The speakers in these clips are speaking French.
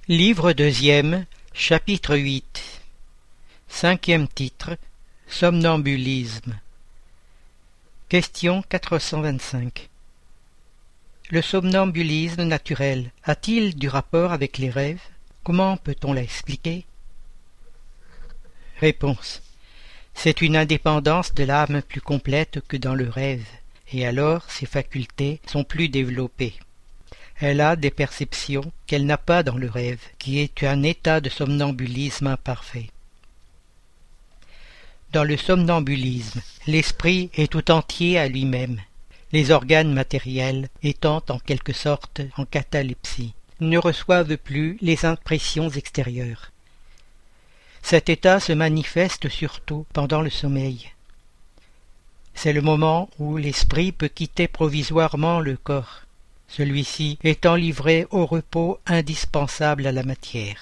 Livre deuxième, chapitre 8. Cinquième titre, somnambulisme. Question 425. Le somnambulisme naturel a-t-il du rapport avec les rêves? Comment peut-on l'expliquer? Réponse. C'est une indépendance de l'âme plus complète que dans le rêve, et alors ses facultés sont plus développées. Elle a des perceptions qu'elle n'a pas dans le rêve, qui est un état de somnambulisme imparfait. Dans le somnambulisme, l'esprit est tout entier à lui-même, les organes matériels étant en quelque sorte en catalepsie, ne reçoivent plus les impressions extérieures. Cet état se manifeste surtout pendant le sommeil. C'est le moment où l'esprit peut quitter provisoirement le corps, celui-ci étant livré au repos indispensable à la matière.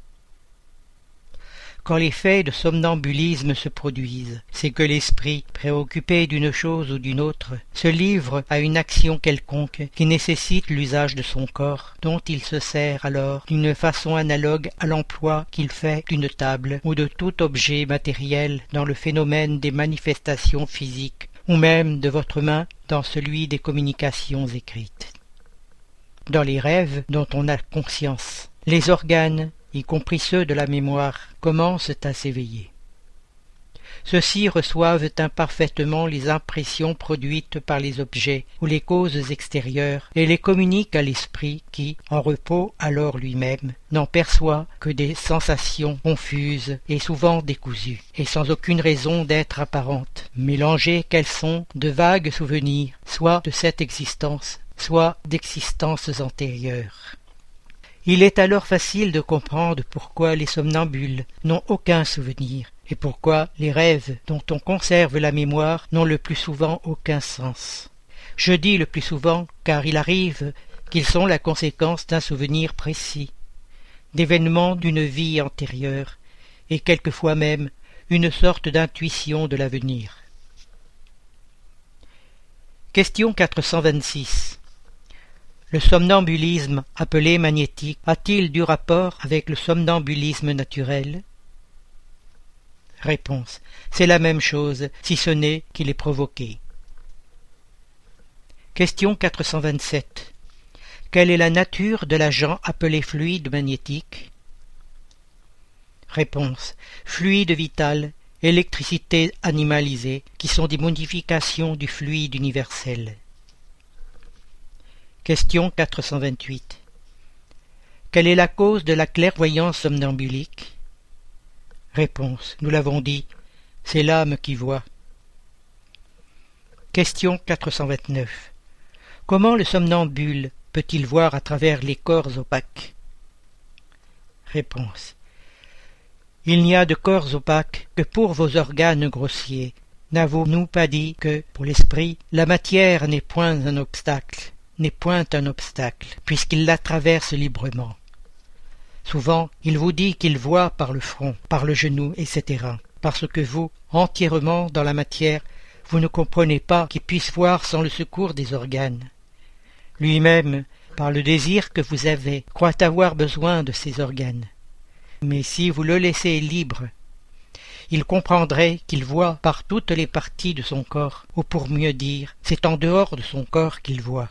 Quand les faits de somnambulisme se produisent, c'est que l'esprit, préoccupé d'une chose ou d'une autre, se livre à une action quelconque qui nécessite l'usage de son corps, dont il se sert alors d'une façon analogue à l'emploi qu'il fait d'une table ou de tout objet matériel dans le phénomène des manifestations physiques, ou même de votre main dans celui des communications écrites. Dans les rêves dont on a conscience, les organes, y compris ceux de la mémoire, commencent à s'éveiller. Ceux-ci reçoivent imparfaitement les impressions produites par les objets ou les causes extérieures et les communiquent à l'esprit qui, en repos alors lui-même, n'en perçoit que des sensations confuses et souvent décousues, et sans aucune raison d'être apparentes, mélangées qu'elles sont de vagues souvenirs, soit de cette existence, soit d'existences antérieures. Il est alors facile de comprendre pourquoi les somnambules n'ont aucun souvenir, et pourquoi les rêves dont on conserve la mémoire n'ont le plus souvent aucun sens. Je dis le plus souvent car il arrive qu'ils sont la conséquence d'un souvenir précis, d'événements d'une vie antérieure, et quelquefois même une sorte d'intuition de l'avenir. Question 426. Le somnambulisme appelé magnétique a-t-il du rapport avec le somnambulisme naturel? Réponse. C'est la même chose, si ce n'est qu'il est provoqué. Question 427. Quelle est la nature de l'agent appelé fluide magnétique? Réponse. Fluide vital, électricité animalisée, qui sont des modifications du fluide universel. Question 428. Quelle est la cause de la clairvoyance somnambulique? Réponse. Nous l'avons dit, c'est l'âme qui voit. Question 429. Comment le somnambule peut-il voir à travers les corps opaques? Réponse. Il n'y a de corps opaques que pour vos organes grossiers. N'avons-nous pas dit que, pour l'esprit, la matière n'est point un obstacle, puisqu'il la traverse librement. Souvent, il vous dit qu'il voit par le front, par le genou, etc., parce que vous, entièrement dans la matière, vous ne comprenez pas qu'il puisse voir sans le secours des organes. Lui-même, par le désir que vous avez, croit avoir besoin de ces organes. Mais si vous le laissez libre, il comprendrait qu'il voit par toutes les parties de son corps, ou pour mieux dire, c'est en dehors de son corps qu'il voit.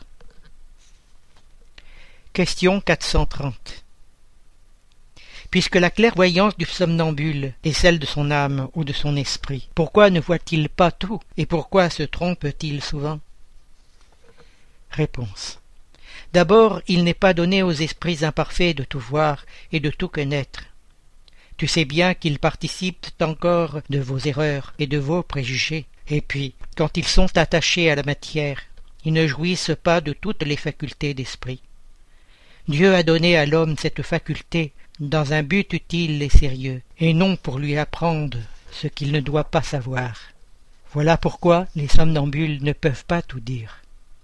Question 430. Puisque la clairvoyance du somnambule est celle de son âme ou de son esprit, pourquoi ne voit-il pas tout et pourquoi se trompe-t-il souvent? Réponse. D'abord, il n'est pas donné aux esprits imparfaits de tout voir et de tout connaître. Tu sais bien qu'ils participent encore de vos erreurs et de vos préjugés, et puis, quand ils sont attachés à la matière, ils ne jouissent pas de toutes les facultés d'esprit. Dieu a donné à l'homme cette faculté dans un but utile et sérieux, et non pour lui apprendre ce qu'il ne doit pas savoir. Voilà pourquoi les somnambules ne peuvent pas tout dire.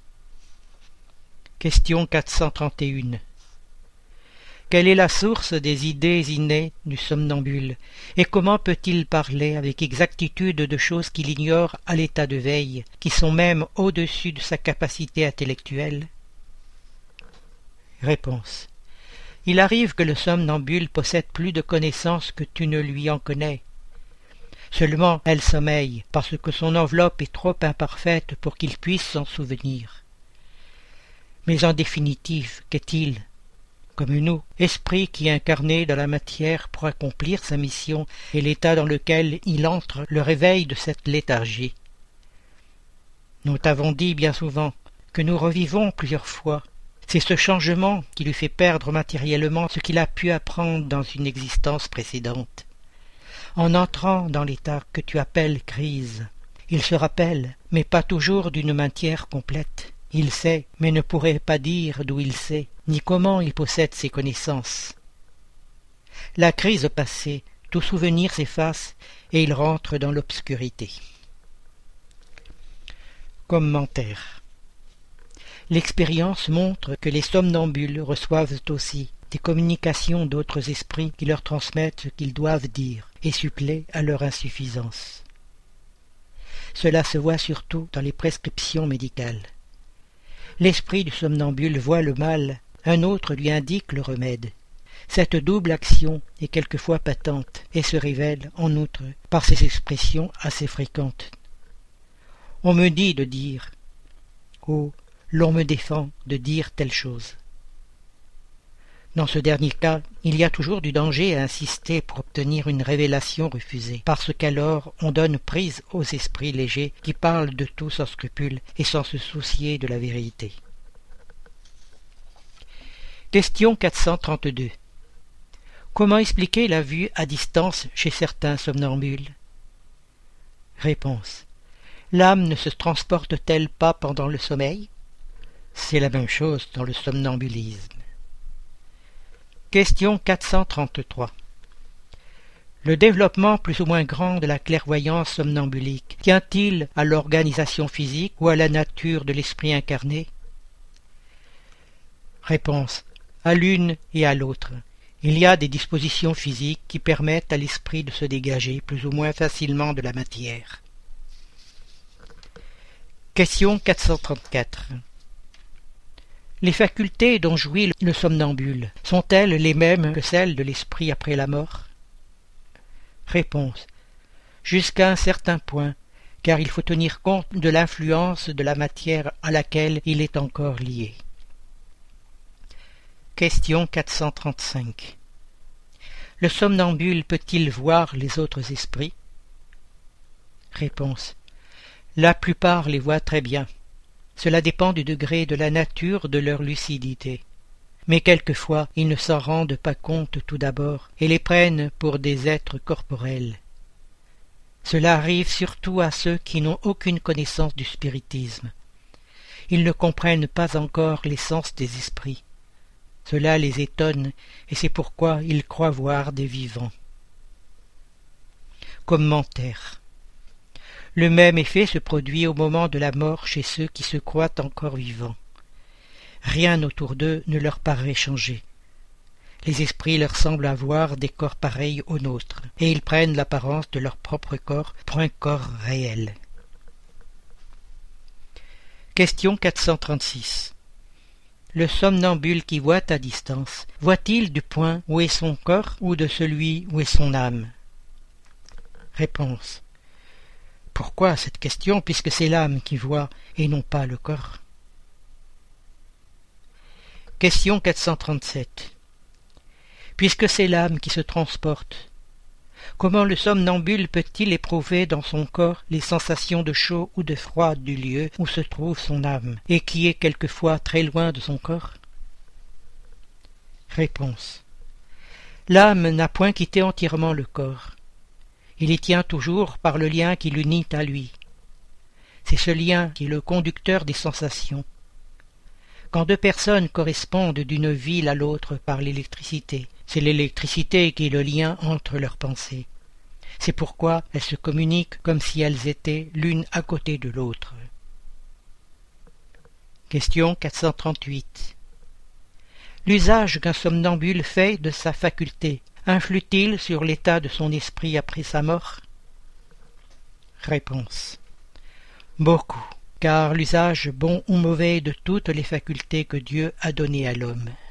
Question 431. Quelle est la source des idées innées du somnambule, et comment peut-il parler avec exactitude de choses qu'il ignore à l'état de veille, qui sont même au-dessus de sa capacité intellectuelle? Réponse. Il arrive que le somnambule possède plus de connaissances que tu ne lui en connais. Seulement elle sommeille, parce que son enveloppe est trop imparfaite pour qu'il puisse s'en souvenir. Mais en définitive, qu'est-il? Comme nous, esprit qui incarné dans la matière pour accomplir sa mission et l'état dans lequel il entre le réveil de cette léthargie. Nous t'avons dit bien souvent que nous revivons plusieurs fois. C'est ce changement qui lui fait perdre matériellement ce qu'il a pu apprendre dans une existence précédente. En entrant dans l'état que tu appelles crise, il se rappelle, mais pas toujours d'une matière complète. Il sait, mais ne pourrait pas dire d'où il sait, ni comment il possède ses connaissances. La crise passée, tout souvenir s'efface et il rentre dans l'obscurité. Commentaire. L'expérience montre que les somnambules reçoivent aussi des communications d'autres esprits qui leur transmettent ce qu'ils doivent dire et suppléent à leur insuffisance. Cela se voit surtout dans les prescriptions médicales. L'esprit du somnambule voit le mal, un autre lui indique le remède. Cette double action est quelquefois patente et se révèle, en outre, par ces expressions assez fréquentes. On me dit de dire, oh, l'on me défend de dire telle chose. Dans ce dernier cas, il y a toujours du danger à insister pour obtenir une révélation refusée, parce qu'alors on donne prise aux esprits légers qui parlent de tout sans scrupule et sans se soucier de la vérité. Question 432. Comment expliquer la vue à distance chez certains somnambules? Réponse. L'âme ne se transporte-t-elle pas pendant le sommeil? C'est la même chose dans le somnambulisme. Question 433. Le développement plus ou moins grand de la clairvoyance somnambulique tient-il à l'organisation physique ou à la nature de l'esprit incarné? Réponse. À l'une et à l'autre. Il y a des dispositions physiques qui permettent à l'esprit de se dégager plus ou moins facilement de la matière. Question 434. Les facultés dont jouit le somnambule sont-elles les mêmes que celles de l'esprit après la mort? Réponse. Jusqu'à un certain point, car il faut tenir compte de l'influence de la matière à laquelle il est encore lié. Question 435. Le somnambule peut-il voir les autres esprits? Réponse. La plupart les voient très bien. Cela dépend du degré de la nature de leur lucidité. Mais quelquefois ils ne s'en rendent pas compte tout d'abord et les prennent pour des êtres corporels. Cela arrive surtout à ceux qui n'ont aucune connaissance du spiritisme. Ils ne comprennent pas encore l'essence des esprits. Cela les étonne et c'est pourquoi ils croient voir des vivants. Commentaire. Le même effet se produit au moment de la mort chez ceux qui se croient encore vivants. Rien autour d'eux ne leur paraît changé. Les esprits leur semblent avoir des corps pareils aux nôtres, et ils prennent l'apparence de leur propre corps pour un corps réel. Question 436. Le somnambule qui voit à distance, voit-il du point où est son corps ou de celui où est son âme? Réponse. Pourquoi cette question, puisque c'est l'âme qui voit et non pas le corps? Question 437. Puisque c'est l'âme qui se transporte, comment le somnambule peut-il éprouver dans son corps les sensations de chaud ou de froid du lieu où se trouve son âme, et qui est quelquefois très loin de son corps? Réponse. L'âme n'a point quitté entièrement le corps. Il y tient toujours par le lien qui l'unit à lui. C'est ce lien qui est le conducteur des sensations. Quand deux personnes correspondent d'une ville à l'autre par l'électricité, c'est l'électricité qui est le lien entre leurs pensées. C'est pourquoi elles se communiquent comme si elles étaient l'une à côté de l'autre. Question 438. L'usage qu'un somnambule fait de sa faculté influe-t-il sur l'état de son esprit après sa mort? Réponse. Beaucoup, car l'usage bon ou mauvais de toutes les facultés que Dieu a données à l'homme